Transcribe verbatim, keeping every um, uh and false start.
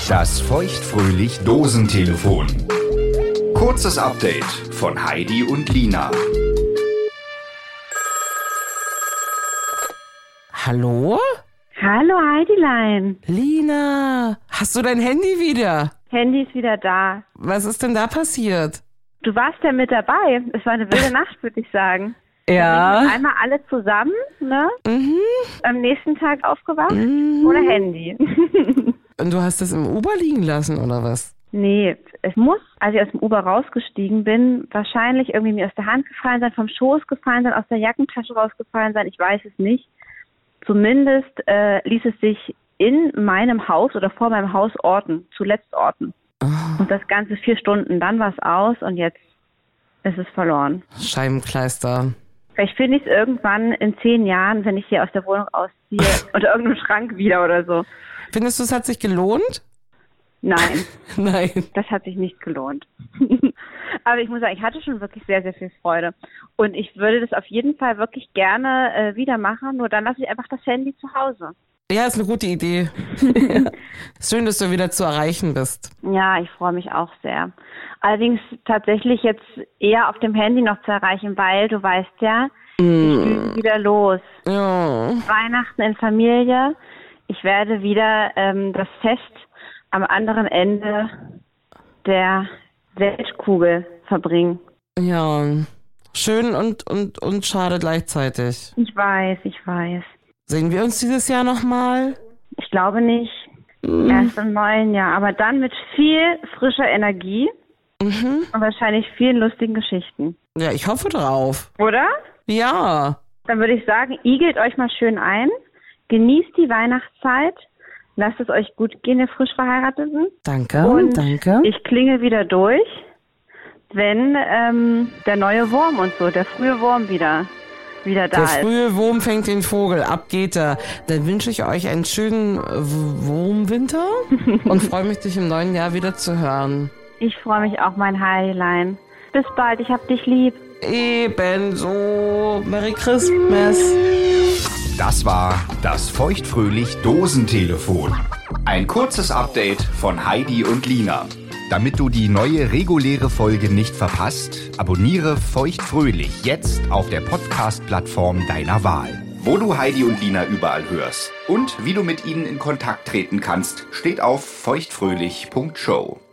Das feuchtfröhlich Dosentelefon. Kurzes Update von Heidi und Lina. Hallo? Hallo Heidilein. Lina, hast du dein Handy wieder? Handy ist wieder da. Was ist denn da passiert? Du warst ja mit dabei. Es war eine wilde Nacht, würde ich sagen. Ja. Wir sind einmal alle zusammen, ne? Mhm. Am nächsten Tag aufgewacht. Mhm. Ohne Handy. Und du hast das im Uber liegen lassen, oder was? Nee, es muss, als ich aus dem Uber rausgestiegen bin, wahrscheinlich irgendwie mir aus der Hand gefallen sein, vom Schoß gefallen sein, aus der Jackentasche rausgefallen sein. Ich weiß es nicht. Zumindest äh, ließ es sich in meinem Haus oder vor meinem Haus orten, zuletzt orten. Oh. Und das Ganze vier Stunden, dann war es aus und jetzt ist es verloren. Scheibenkleister. Vielleicht finde ich es irgendwann in zehn Jahren, wenn ich hier aus der Wohnung ausziehe, unter irgendeinem Schrank wieder oder so. Findest du, es hat sich gelohnt? Nein. Nein. Das hat sich nicht gelohnt. Aber ich muss sagen, ich hatte schon wirklich sehr, sehr viel Freude. Und ich würde das auf jeden Fall wirklich gerne äh, wieder machen, nur dann lasse ich einfach das Handy zu Hause. Ja, ist eine gute Idee. Ja. Schön, dass du wieder zu erreichen bist. Ja, ich freue mich auch sehr. Allerdings tatsächlich jetzt eher auf dem Handy noch zu erreichen, weil du weißt ja, mm. ich fliege wieder los. Ja. Weihnachten in Familie. Ich werde wieder ähm, das Fest am anderen Ende der Weltkugel verbringen. Ja, schön und, und, und schade gleichzeitig. Ich weiß, ich weiß. Sehen wir uns dieses Jahr nochmal? Ich glaube nicht. Mm. Erst im neuen Jahr. Aber dann mit viel frischer Energie mhm. und wahrscheinlich vielen lustigen Geschichten. Ja, ich hoffe drauf. Oder? Ja. Dann würde ich sagen, igelt euch mal schön ein. Genießt die Weihnachtszeit. Lasst es euch gut gehen, ihr frisch Verheirateten. Danke, und danke. Ich klinge wieder durch, wenn ähm, der neue Wurm und so, der frühe Wurm wieder, wieder da ist. Der frühe Wurm fängt den Vogel, ab geht er. Dann wünsche ich euch einen schönen Wurmwinter und freue mich, dich im neuen Jahr wieder zu hören. Ich freue mich auch, mein Heidilein. Bis bald, ich hab dich lieb. Ebenso. Merry Christmas. Das war das feuchtfröhlich Dosentelefon. Ein kurzes Update von Heidi und Lina. Damit du die neue reguläre Folge nicht verpasst, abonniere feuchtfröhlich jetzt auf der Podcast-Plattform deiner Wahl. Wo du Heidi und Lina überall hörst und wie du mit ihnen in Kontakt treten kannst, steht auf feuchtfröhlich punkt show.